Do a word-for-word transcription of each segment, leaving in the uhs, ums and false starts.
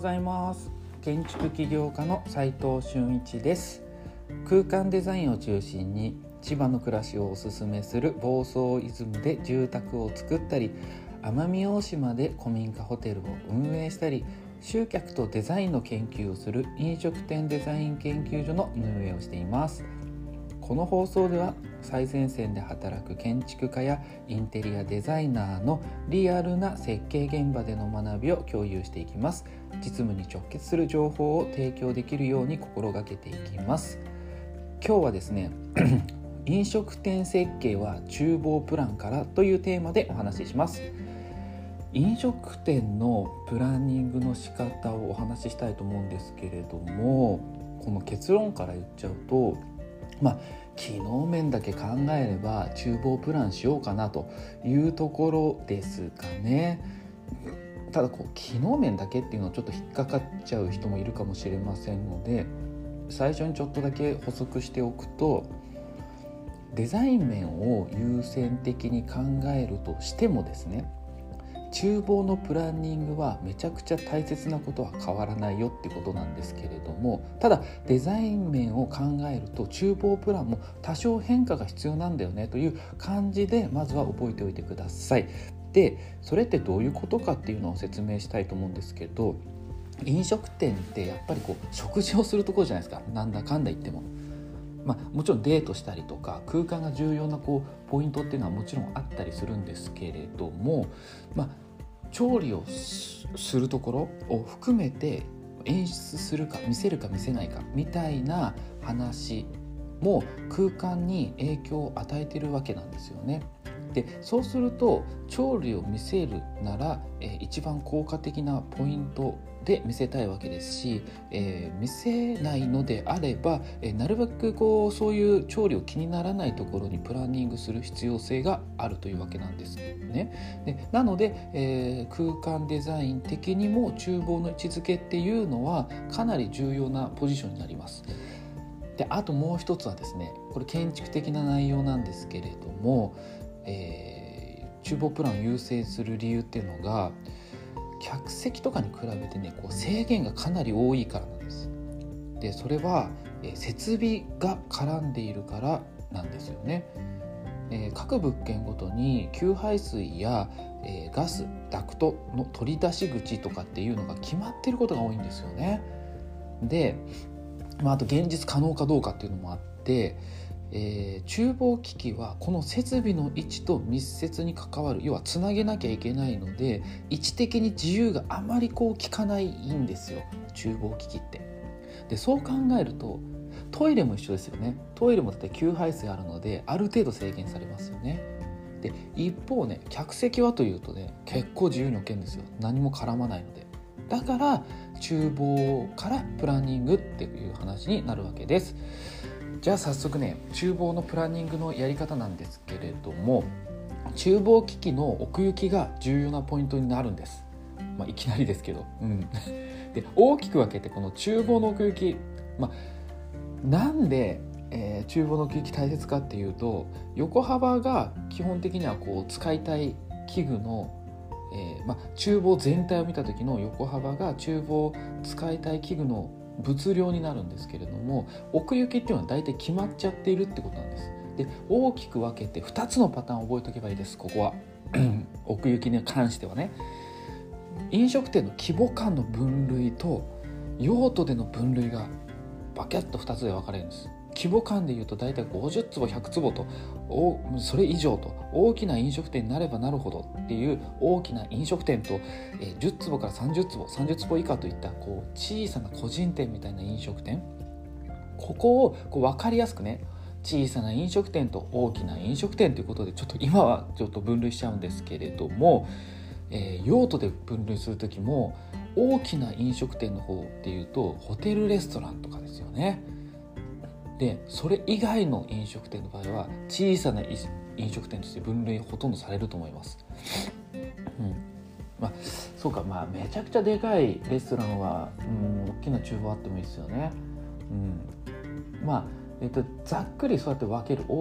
ざいます。建築起業家の斉藤俊一です。空間デザインを中心に千葉の暮らしをおすすめする房総イズムで住宅を作ったり、奄美大島で古民家ホテルを運営したり、集客とデザインの研究をする飲食店デザイン研究所の運営をしています。この放送では最前線で働く建築家やインテリアデザイナーのリアルな設計現場での学びを共有していきます。実務に直結する情報を提供できるように心がけていきます。今日はですね飲食店設計は厨房プランからというテーマでお話しします。飲食店のプランニングの仕方をお話ししたいと思うんですけれども、この結論から言っちゃうと、まあ機能面だけ考えれば厨房プランしようかなというところですかね。ただこう機能面だけっていうのはちょっと引っかかっちゃう人もいるかもしれませんので、最初にちょっとだけ補足しておくと、デザイン面を優先的に考えるとしてもですね、厨房のプランニングはめちゃくちゃ大切なことは変わらないよってことなんですけれども、ただデザイン面を考えると厨房プランも多少変化が必要なんだよねという感じでまずは覚えておいてください。で、それってどういうことかっていうのを説明したいと思うんですけど、飲食店ってやっぱりこう食事をするところじゃないですか。なんだかんだ言っても、まあ、もちろんデートしたりとか空間が重要なこうポイントっていうのはもちろんあったりするんですけれども、まあ、調理をするところを含めて演出するか見せるか見せないかみたいな話も空間に影響を与えているわけなんですよね。で、そうすると調理を見せるなら、えー、一番効果的なポイントで見せたいわけですし、えー、見せないのであれば、えー、なるべくこうそういう調理を気にならないところにプランニングする必要性があるというわけなんですね。でなので、えー、空間デザイン的にも厨房の位置づけっていうのはかなり重要なポジションになります。で、あともう一つはですね、これ建築的な内容なんですけれども、えー、厨房プランを優先する理由っていうのが、客席とかに比べてねこう制限がかなり多いからなんです。でそれは、えー、設備が絡んでいるからなんですよね。えー、各物件ごとに給排水や、えー、ガスダクトの取り出し口とかっていうのが決まっていることが多いんですよね。で、まあ、あと現実可能かどうかっていうのもあって、えー、厨房機器はこの設備の位置と密接に関わる、要はつなげなきゃいけないので位置的に自由があまりこう効かないんですよ、厨房機器って。でそう考えるとトイレも一緒ですよね。トイレもだって給排水あるのである程度制限されますよね。で一方ね、客席はというとね結構自由に置けるんですよ。何も絡まないので。だから厨房からプランニングっていう話になるわけです。じゃあ早速ね、厨房のプランニングのやり方なんですけれども、厨房機器の奥行きが重要なポイントになるんです。まあ、いきなりですけど、うん、で大きく分けてこの厨房の奥行き、まあ、なんで、えー、厨房の奥行き大切かっていうと、横幅が基本的にはこう使いたい器具の、えーまあ、厨房全体を見た時の横幅が厨房使いたい器具の物量になるんですけれども、奥行きっていうのは大体決まっちゃっているってことなんです。で大きく分けてふたつのパターンを覚えておけばいいです。ここは奥行きに関してはね、飲食店の規模感の分類と用途での分類がバキャッとふたつで分かれるんです。規模感でいうと大体ごじゅっつぼひゃくつぼとそれ以上と大きな飲食店になればなるほどっていう大きな飲食店と、えー、じゅっつぼからさんじゅっつぼさんじゅっつぼ以下といったこう小さな個人店みたいな飲食店、ここをこう分かりやすくね、小さな飲食店と大きな飲食店ということでちょっと今はちょっと分類しちゃうんですけれども、えー、用途で分類するときも大きな飲食店の方っていうとホテルレストランとかですよね。でそれ以外の飲食店の場合は小さな飲食店として分類ほとんどされると思います。うん、まあそうか、まあめちゃくちゃでかいレストランは、うん、大きな厨房あってもいいですよね。うん、まあえっとざっくりそうやって分ける、大きく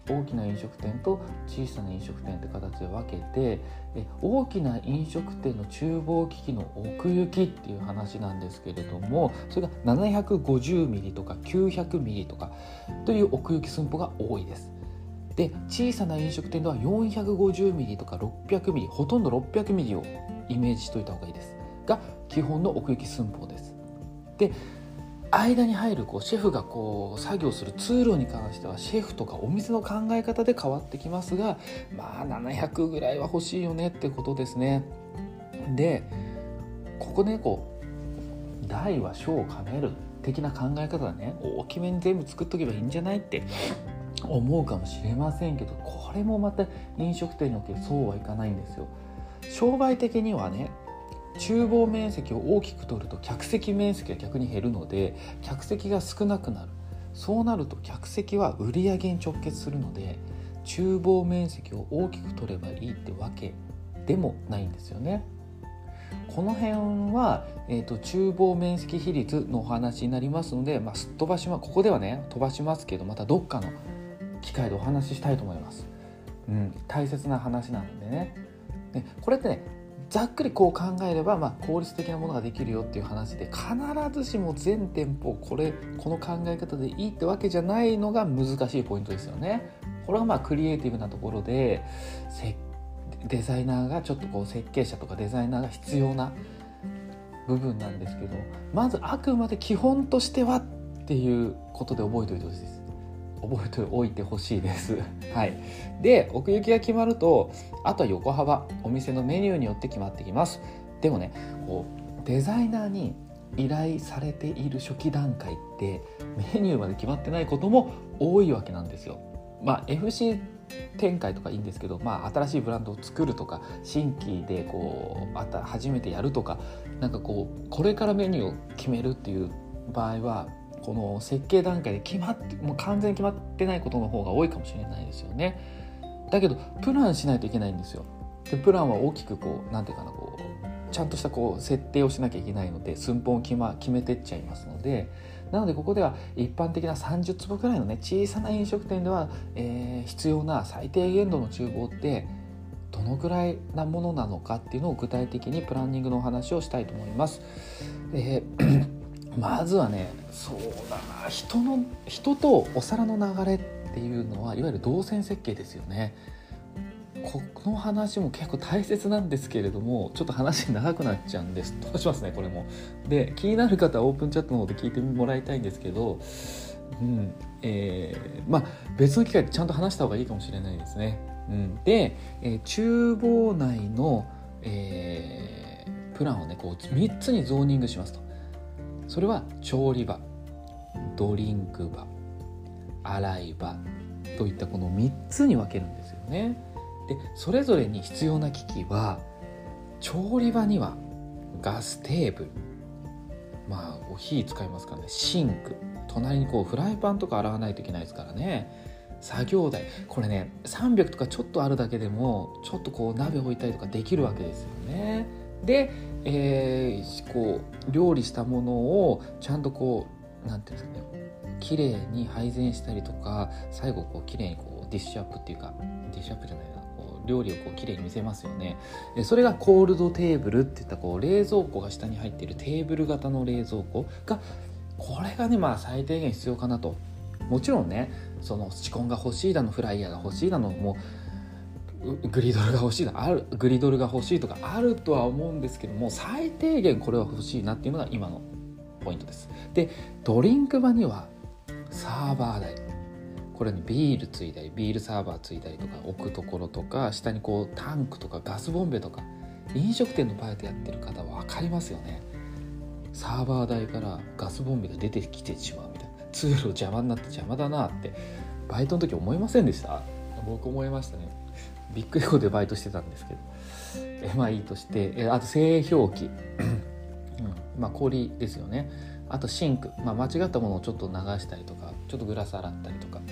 大きな飲食店と小さな飲食店って形で分けて、え大きな飲食店の厨房機器の奥行きっていう話なんですけれども、それがななひゃくごじゅうミリとかきゅうひゃくミリとかという奥行き寸法が多いです。で、小さな飲食店ではよんひゃくごじゅうミリとかろっぴゃくミリ、ほとんどろっぴゃくミリをイメージしておいた方がいいですが、基本の奥行き寸法です。で、間に入るこうシェフがこう作業する通路に関してはシェフとかお店の考え方で変わってきますが、まあななひゃくぐらいは欲しいよねってことですね。で、ここでこう大は小を兼ねる的な考え方でね、大きめに全部作っとけばいいんじゃないって思うかもしれませんけど、これもまた飲食店におけるそうはいかないんですよ。商売的にはね、厨房面積を大きく取ると客席面積が逆に減るので客席が少なくなる。そうなると客席は売り上げに直結するので、厨房面積を大きく取ればいいってわけでもないんですよね。この辺は、えーと、厨房面積比率のお話になりますので、まあ、すっ飛ばしまここではね飛ばしますけど、またどっかの機会でお話ししたいと思います。うん、大切な話なのでね。で、これってね、ざっくりこう考えれば、まあ、効率的なものができるよっていう話で、必ずしも全店舗これこの考え方でいいってわけじゃないのが難しいポイントですよね。これはまあクリエイティブなところでデザイナーがちょっとこう設計者とかデザイナーが必要な部分なんですけど、まずあくまで基本としてはっていうことで覚えておいてほしいです。覚えておいてほしいです。はい。で、奥行きが決まると、あとは横幅、お店のメニューによって決まってきます。でもね、こうデザイナーに依頼されている初期段階ってメニューまで決まってないことも多いわけなんですよ。まあ エフシー 展開とかいいんですけど、まあ新しいブランドを作るとか、新規でこうまた初めてやるとか、なんかこうこれからメニューを決めるっていう場合は、この設計段階で決まってもう完全に決まってないことの方が多いかもしれないですよね。だけどプランしないといけないんですよ。で、プランは大きくこうなんていうかな、こうちゃんとしたこう設定をしなきゃいけないので、寸法を決、ま、決めてっちゃいますので、なのでここでは一般的なさんじゅっつぼくらいのね小さな飲食店では、えー、必要な最低限度の厨房ってどのくらいなものなのかっていうのを具体的にプランニングのお話をしたいと思います。えーまずはね、そうだな、人の人とお皿の流れっていうのはいわゆる動線設計ですよね。この話も結構大切なんですけれども、ちょっと話長くなっちゃうんです。飛ばしますね、これも。で、気になる方はオープンチャットの方で聞いてもらいたいんですけど、うんえー、まあ別の機会でちゃんと話した方がいいかもしれないですね。うん、で、えー、厨房内の、えー、プランをねこうみっつにゾーニングしますと。それは調理場、ドリンク場、洗い場といったこのみっつに分けるんですよね。で、それぞれに必要な機器は、調理場にはガステーブル、まあ火使いますからね、シンク、隣にこうフライパンとか洗わないといけないですからね、作業台、これねさんびゃくとかちょっとあるだけでもちょっとこう鍋置いたりとかできるわけですよね。で、えー、こう料理したものをちゃんとこうなんていうんですかね、綺麗に配膳したりとか、最後こう綺麗にこうディッシュアップっていうか、ディッシュアップじゃないな、こう料理をこう綺麗に見せますよね。それがコールドテーブルっていったこう冷蔵庫が下に入っているテーブル型の冷蔵庫が、これがねまあ最低限必要かなと。もちろんね、そのスチコンが欲しいだの、フライヤーが欲しいだの、もうグリドルが欲しいだあるグリドルが欲しいとかあるとは思うんですけども、最低限これは欲しいなっていうのが今のポイントです。で、ドリンク場にはサーバー台、これにビールついたりビールサーバーついたりとか置くところとか、下にこうタンクとかガスボンベとか、飲食店のバイトやってる方は分かりますよね。サーバー台からガスボンベが出てきてしまうみたいな、通路邪魔になって邪魔だなってバイトの時思いませんでした？僕思いましたね。ビッグエコでバイトしてたんですけど、えまあいいとして、えあと製氷機、うん、まあ氷ですよね。あとシンク、まあ、間違ったものをちょっと流したりとか、ちょっとグラス洗ったりとか、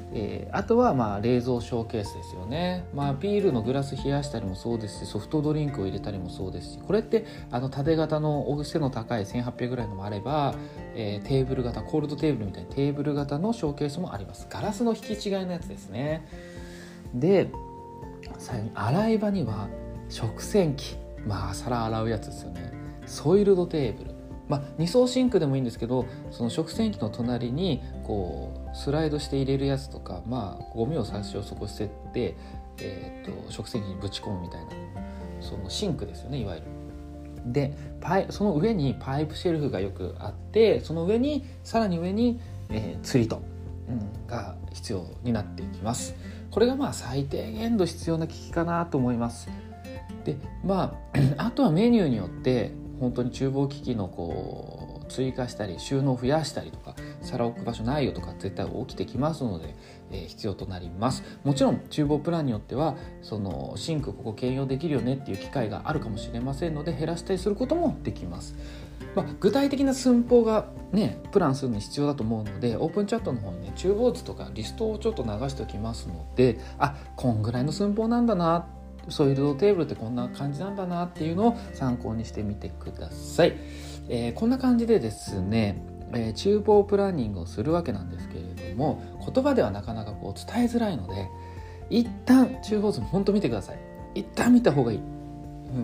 えー、あとはまあ冷蔵ショーケースですよね。まあ、ビールのグラス冷やしたりもそうですし、ソフトドリンクを入れたりもそうですし、これってあの縦型の背の高いせんはっぴゃくぐらいのもあれば、えー、テーブル型、コールドテーブルみたいなテーブル型のショーケースもあります。ガラスの引き違いのやつですね。で、最後に洗い場には食洗機、まあ皿洗うやつですよね。ソイルドテーブル、まあ、に層シンクでもいいんですけど、その食洗機の隣にこうスライドして入れるやつとか、まあ、ゴミを最初そこ捨てて、えー、と食洗機にぶち込むみたいな、そのシンクですよね、いわゆる。でパイその上にパイプシェルフがよくあって、その上にさらに上に、えー、釣り戸、うん、が必要になっていきます。これがまあ最低限度必要な機器かなと思います。でまああとはメニューによって本当に厨房機器のこう追加したり収納を増やしたりとか、皿を置く場所ないよとか絶対起きてきますので、えー、必要となります。もちろん厨房プランによってはそのシンクここ兼用できるよねっていう機会があるかもしれませんので、減らしたりすることもできます。まあ、具体的な寸法がねプランするのに必要だと思うので、オープンチャットの方にね厨房図とかリストをちょっと流しておきますので、あ、こんぐらいの寸法なんだな、ソイルドテーブルってこんな感じなんだなっていうのを参考にしてみてください。えー、こんな感じでですね、えー、厨房プランニングをするわけなんですけれども、言葉ではなかなかこう伝えづらいので、一旦厨房図本当見てください。一旦見た方がいい、うん、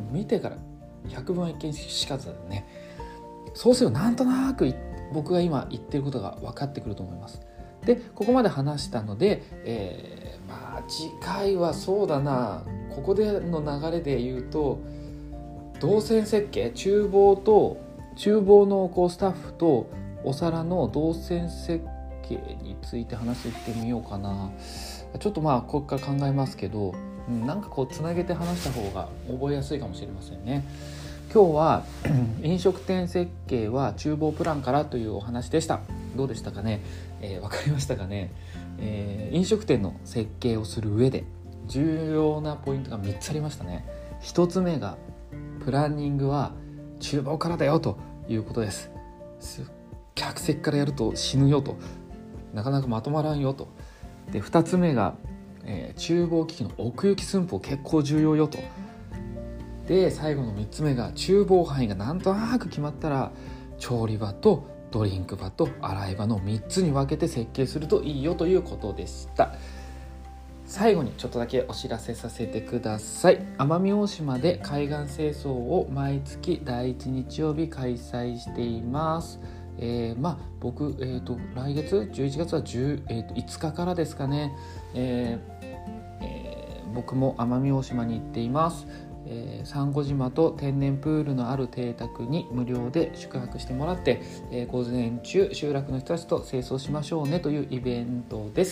見てから百聞は一見しかずだね。そうするとなんとなく僕が今言ってることが分かってくると思います。でここまで話したので、えー、まあ次回はそうだな、ここでの流れで言うと、動線設計、厨房と厨房のこうスタッフとお皿の動線設計について話してみようかな。ちょっとまあここから考えますけど、うん、なんかこうつなげて話した方が覚えやすいかもしれませんね。今日は飲食店設計は厨房プランからというお話でした。どうでしたかね、えー、分かりましたかね、えー、飲食店の設計をする上で重要なポイントがみっつありましたね。ひとつめがプランニングは厨房からだよということです。客席からやると死ぬよと、なかなかまとまらんよと。でふたつめが、えー、厨房機器の奥行き寸法結構重要よと。で最後のみっつめが厨房範囲がなんとなく決まったら調理場とドリンク場と洗い場のみっつに分けて設計するといいよということでした。最後にちょっとだけお知らせさせてください。奄美大島で海岸清掃を毎月だいいち日曜日開催しています。えー、まあ僕、えー、と来月じゅういちがつはじゅう、えー、といつかからですかね、えーえー、僕も奄美大島に行っています。えー、サンゴ島と天然プールのある邸宅に無料で宿泊してもらって、えー、午前中集落の人たちと清掃しましょうねというイベントです。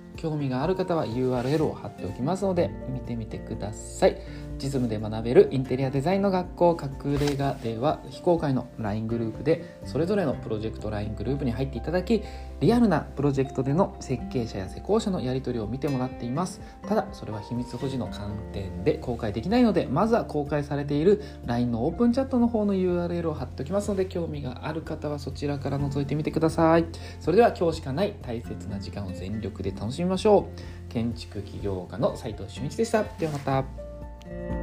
興味がある方は ユーアールエル を貼っておきますので見てみてください。実務で学べるインテリアデザインの学校隠れ家では非公開の ライン グループでそれぞれのプロジェクト ライン グループに入っていただき、リアルなプロジェクトでの設計者や施工者のやり取りを見てもらっています。ただそれは秘密保持の観点で公開できないので、まずは公開されている ライン のオープンチャットの方の ユーアールエル を貼っておきますので、興味がある方はそちらから覗いてみてください。それでは今日しかない大切な時間を全力で楽しみましょう。建築起業家の斉藤俊一でした。ではまた。